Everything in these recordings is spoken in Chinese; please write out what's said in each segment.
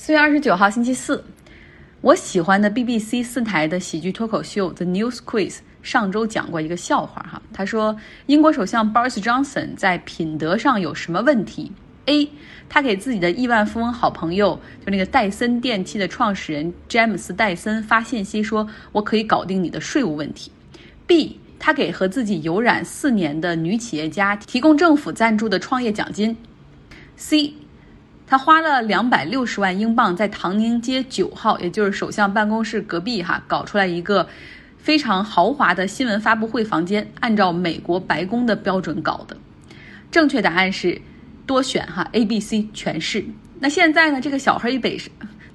4月29号星期四，我喜欢的 BBC 4台的喜剧脱口秀 The News Quiz 上周讲过一个笑话哈，他说英国首相 Boris Johnson 在品德上有什么问题？ A. 他给自己的亿万富翁好朋友就那个戴森电器的创始人詹姆斯戴森发信息说我可以搞定你的税务问题。 B. 他给和自己有染4年的女企业家提供政府赞助的创业奖金。 C. 他花了260万英镑在唐宁街9号，也就是首相办公室隔壁搞出来一个非常豪华的新闻发布会房间，按照美国白宫的标准搞的。正确答案是多选A、B、C 全是。那现在呢，这个小黑本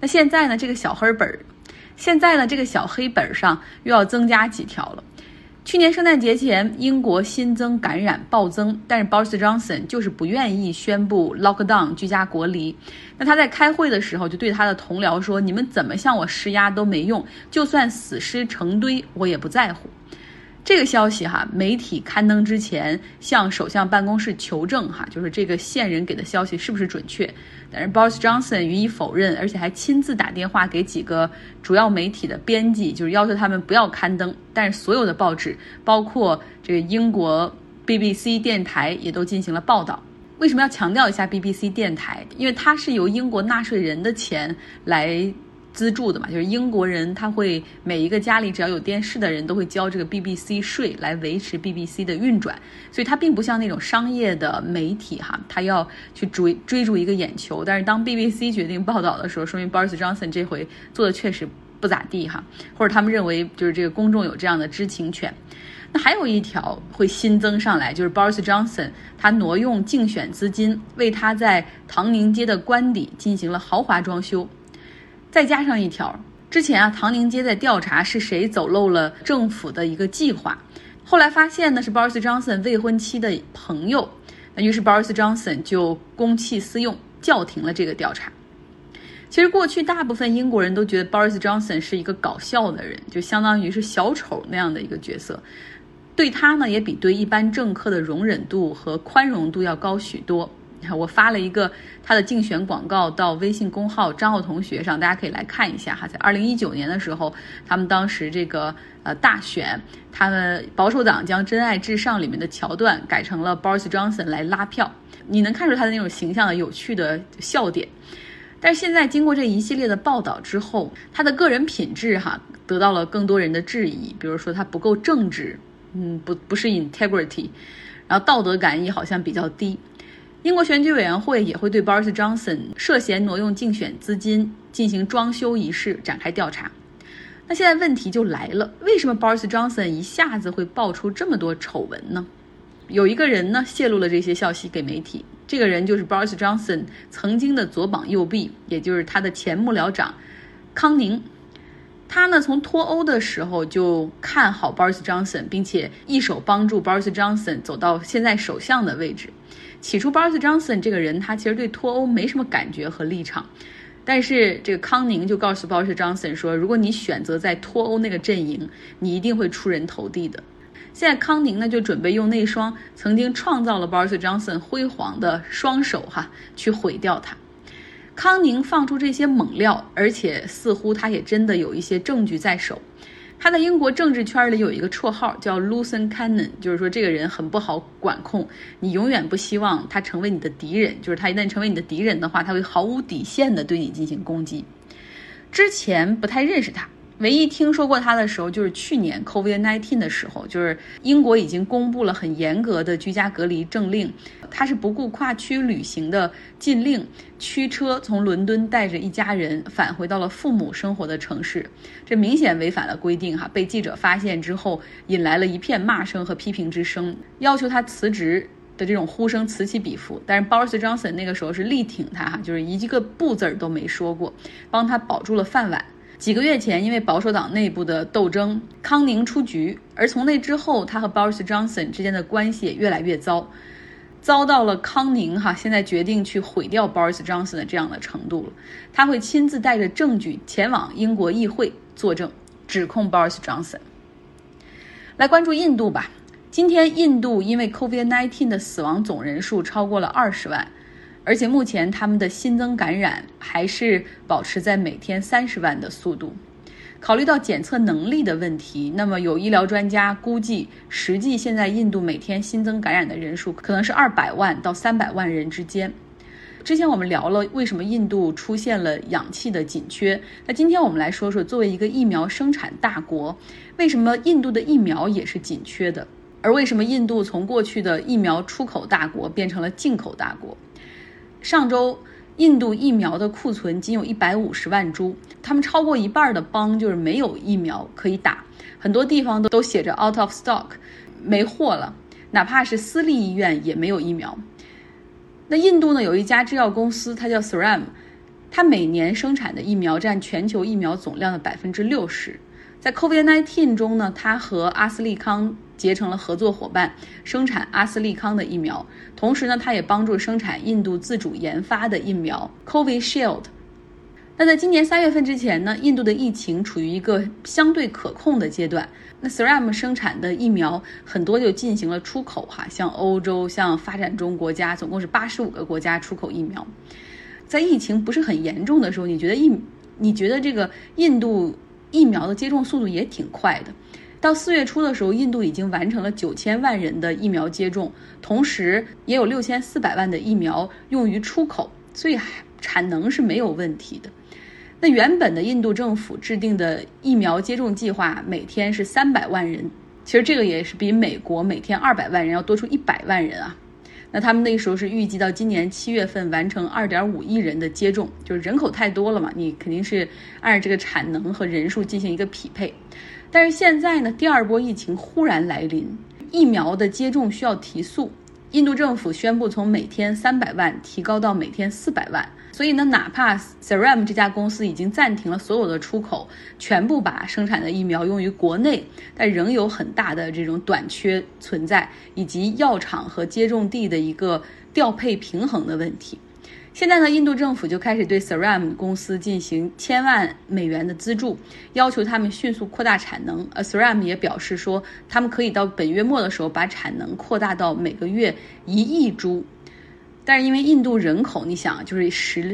上又要增加几条了。去年圣诞节前，英国新增感染暴增，但是 Boris Johnson 就是不愿意宣布 lockdown 居家隔离。那他在开会的时候就对他的同僚说，你们怎么向我施压都没用，就算死尸成堆我也不在乎。这个消息媒体刊登之前向首相办公室求证就是这个线人给的消息是不是准确，但是 Boris Johnson 予以否认，而且还亲自打电话给几个主要媒体的编辑，就是要求他们不要刊登。但是所有的报纸包括这个英国 BBC 电台也都进行了报道。为什么要强调一下 BBC 电台？因为它是由英国纳税人的钱来资助的嘛，就是英国人他会每一个家里只要有电视的人都会交这个 BBC 税来维持 BBC 的运转，所以它并不像那种商业的媒体他要去追逐一个眼球。但是当 BBC 决定报道的时候，说明 Boris Johnson 这回做的确实不咋地或者他们认为就是这个公众有这样的知情权。那还有一条会新增上来，就是 Boris Johnson 他挪用竞选资金为他在唐宁街的官邸进行了豪华装修。再加上一条，之前唐宁街在调查是谁走漏了政府的一个计划，后来发现呢是 Boris Johnson 未婚妻的朋友，那于是 Boris Johnson 就公器私用，叫停了这个调查。其实过去大部分英国人都觉得 Boris Johnson 是一个搞笑的人，就相当于是小丑那样的一个角色，对他呢也比对一般政客的容忍度和宽容度要高许多。我发了一个他的竞选广告到微信公号张浩同学上，大家可以来看一下在2019年的时候，他们当时这个大选，他们保守党将真爱至上里面的桥段改成了 Boris Johnson 来拉票，你能看出他的那种形象的有趣的笑点。但是现在经过这一系列的报道之后，他的个人品质得到了更多人的质疑，比如说他不够正直，不是 integrity， 然后道德感也好像比较低。英国选举委员会也会对 Boris Johnson 涉嫌挪用竞选资金进行装修一事展开调查。那现在问题就来了，为什么 Boris Johnson 一下子会爆出这么多丑闻呢？有一个人呢泄露了这些消息给媒体，这个人就是 Boris Johnson 曾经的左膀右臂，也就是他的前幕僚长康宁。他呢从脱欧的时候就看好 Boris Johnson， 并且一手帮助 Boris Johnson 走到现在首相的位置。起初 Boris Johnson 这个人他其实对脱欧没什么感觉和立场，但是这个康宁就告诉 Boris Johnson 说，如果你选择在脱欧那个阵营，你一定会出人头地的。现在康宁呢就准备用那双曾经创造了 Boris Johnson 辉煌的双手去毁掉他。康宁放出这些猛料，而且似乎他也真的有一些证据在手。他在英国政治圈里有一个绰号叫 Loose Cannon， 就是说这个人很不好管控，你永远不希望他成为你的敌人，就是他一旦成为你的敌人的话，他会毫无底线的对你进行攻击。之前不太认识他，唯一听说过他的时候就是去年 COVID-19 的时候，就是英国已经公布了很严格的居家隔离政令，他是不顾跨区旅行的禁令，驱车从伦敦带着一家人返回到了父母生活的城市，这明显违反了规定被记者发现之后引来了一片骂声和批评之声，要求他辞职的这种呼声此起彼伏。但是 Boris Johnson 那个时候是力挺他就是一个不字都没说过，帮他保住了饭碗。几个月前因为保守党内部的斗争，康宁出局，而从那之后他和 Boris Johnson 之间的关系也越来越糟到了康宁现在决定去毁掉 Boris Johnson 的这样的程度了。他会亲自带着证据前往英国议会作证，指控 Boris Johnson。 来关注印度吧。今天印度因为 COVID-19 的死亡总人数超过了20万， 而且目前他们的新增感染还是保持在每天30万的速度。考虑到检测能力的问题，那么有医疗专家估计，实际现在印度每天新增感染的人数可能是200万到300万人之间。之前我们聊了为什么印度出现了氧气的紧缺，那今天我们来说说作为一个疫苗生产大国，为什么印度的疫苗也是紧缺的，而为什么印度从过去的疫苗出口大国变成了进口大国。上周印度疫苗的库存仅有150万株，他们超过一半的邦就是没有疫苗可以打，很多地方都写着 out of stock， 没货了，哪怕是私立医院也没有疫苗。那印度呢，有一家制药公司，它叫 Serum， 它每年生产的疫苗占全球疫苗总量的60%。在 COVID-19 中呢，它和阿斯利康结成了合作伙伴，生产阿斯利康的疫苗。同时呢，它也帮助生产印度自主研发的疫苗 Covishield。那在今年3月份之前呢，印度的疫情处于一个相对可控的阶段。那 Serum 生产的疫苗很多就进行了出口像欧洲、像发展中国家，总共是85个国家出口疫苗。在疫情不是很严重的时候，你觉得这个印度疫苗的接种速度也挺快的。到4月初的时候，印度已经完成了9000万人的疫苗接种，同时也有6400万的疫苗用于出口，所以产能是没有问题的。那原本的印度政府制定的疫苗接种计划每天是300万人，其实这个也是比美国每天200万人要多出100万人啊。那他们那时候是预计到今年7月份完成2.5亿人的接种，就是人口太多了嘛，你肯定是按照这个产能和人数进行一个匹配。但是现在呢，第二波疫情忽然来临，疫苗的接种需要提速，印度政府宣布从每天300万提高到每天400万。所以呢，哪怕 Serum 这家公司已经暂停了所有的出口，全部把生产的疫苗用于国内，但仍有很大的这种短缺存在，以及药厂和接种地的一个调配平衡的问题。现在呢，印度政府就开始对 Serum 公司进行1000万美元的资助，要求他们迅速扩大产能。Serum 也表示说，他们可以到本月末的时候把产能扩大到每个月1亿株。但是因为印度人口，你想就是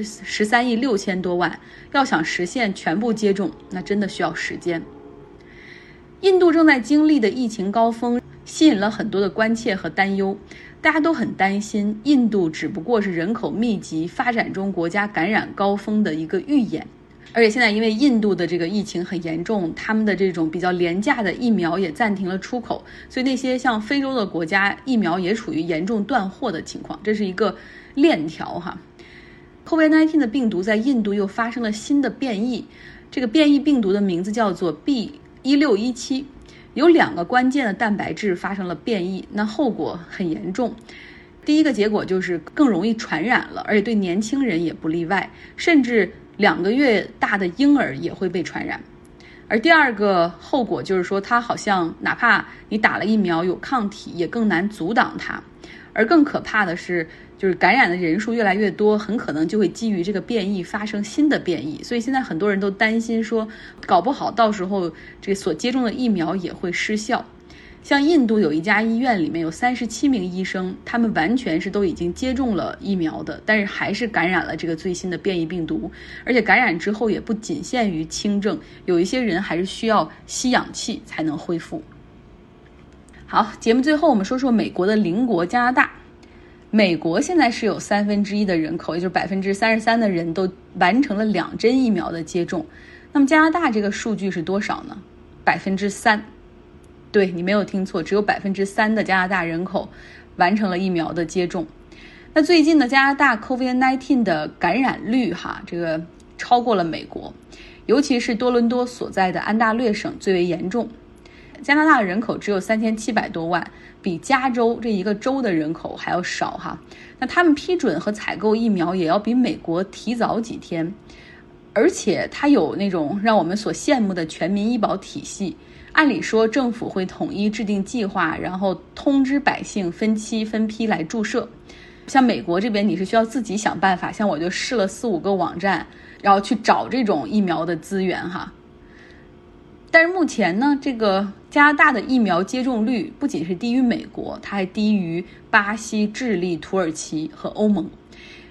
13亿6千多万，要想实现全部接种，那真的需要时间。印度正在经历的疫情高峰吸引了很多的关切和担忧，大家都很担心印度只不过是人口密集发展中国家感染高峰的一个预演。而且现在因为印度的这个疫情很严重，他们的这种比较廉价的疫苗也暂停了出口，所以那些像非洲的国家疫苗也处于严重断货的情况，这是一个链条哈。COVID-19 的病毒在印度又发生了新的变异，这个变异病毒的名字叫做 B1617， 有2个关键的蛋白质发生了变异，那后果很严重。第一个结果就是更容易传染了，而且对年轻人也不例外，甚至2个月大的婴儿也会被传染。而第二个后果就是说，它好像哪怕你打了疫苗有抗体，也更难阻挡它。而更可怕的是，就是感染的人数越来越多，很可能就会基于这个变异发生新的变异。所以现在很多人都担心说，搞不好到时候这所接种的疫苗也会失效。像印度有一家医院里面有37名医生，他们完全是都已经接种了疫苗的，但是还是感染了这个最新的变异病毒，而且感染之后也不仅限于轻症，有一些人还是需要吸氧气才能恢复。好，节目最后我们说说美国的邻国加拿大。美国现在是有1/3的人口，也就是33%的人都完成了2针疫苗的接种。那么加拿大这个数据是多少呢？3%。对，你没有听错，只有3%的加拿大人口完成了疫苗的接种。那最近呢，加拿大 COVID-19 的感染率这个超过了美国，尤其是多伦多所在的安大略省最为严重。加拿大的人口只有3700多万，比加州这一个州的人口还要少那他们批准和采购疫苗也要比美国提早几天，而且它有那种让我们所羡慕的全民医保体系。按理说政府会统一制定计划，然后通知百姓分期分批来注射。像美国这边你是需要自己想办法，像我就试了4-5个网站，然后去找这种疫苗的资源但是目前呢，这个加拿大的疫苗接种率不仅是低于美国，它还低于巴西、智利、土耳其和欧盟。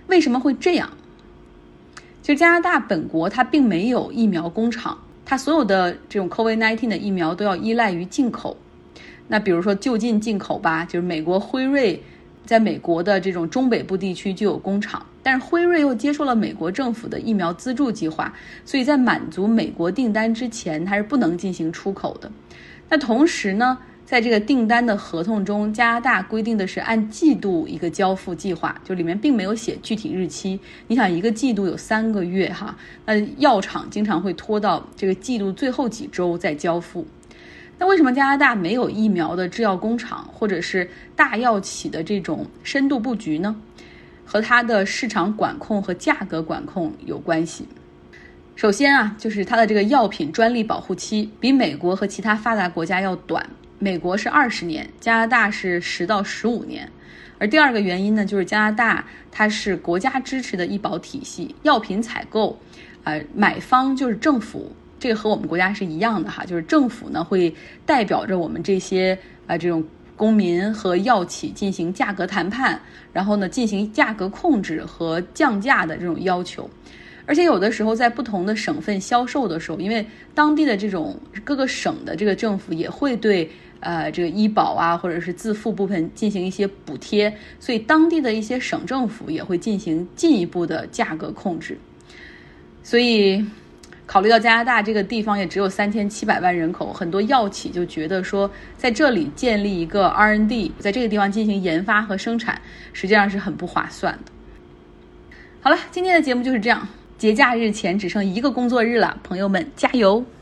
为什么会这样？其实加拿大本国它并没有疫苗工厂，它所有的这种 COVID-19 的疫苗都要依赖于进口。那比如说就近进口吧，就是美国辉瑞在美国的这种中北部地区就有工厂，但是辉瑞又接受了美国政府的疫苗资助计划，所以在满足美国订单之前，它是不能进行出口的。那同时呢，在这个订单的合同中，加拿大规定的是按季度一个交付计划，就里面并没有写具体日期。你想一个季度有3个月哈，那药厂经常会拖到这个季度最后几周再交付。那为什么加拿大没有疫苗的制药工厂或者是大药企的这种深度布局呢？和它的市场管控和价格管控有关系。首先啊，就是它的这个药品专利保护期比美国和其他发达国家要短，美国是20年，加拿大是10到15年。而第二个原因呢，就是加拿大它是国家支持的医保体系，药品采购，买方就是政府。这个和我们国家是一样的哈，就是政府呢会代表着我们这些这种公民和药企进行价格谈判，然后呢进行价格控制和降价的这种要求。而且有的时候在不同的省份销售的时候，因为当地的这种各个省的这个政府也会对这个医保啊或者是自付部分进行一些补贴，所以当地的一些省政府也会进行进一步的价格控制。所以考虑到加拿大这个地方也只有3700万人口，很多药企就觉得说在这里建立一个 R&D， 在这个地方进行研发和生产，实际上是很不划算的。好了，今天的节目就是这样，节假日前只剩1个工作日了，朋友们加油！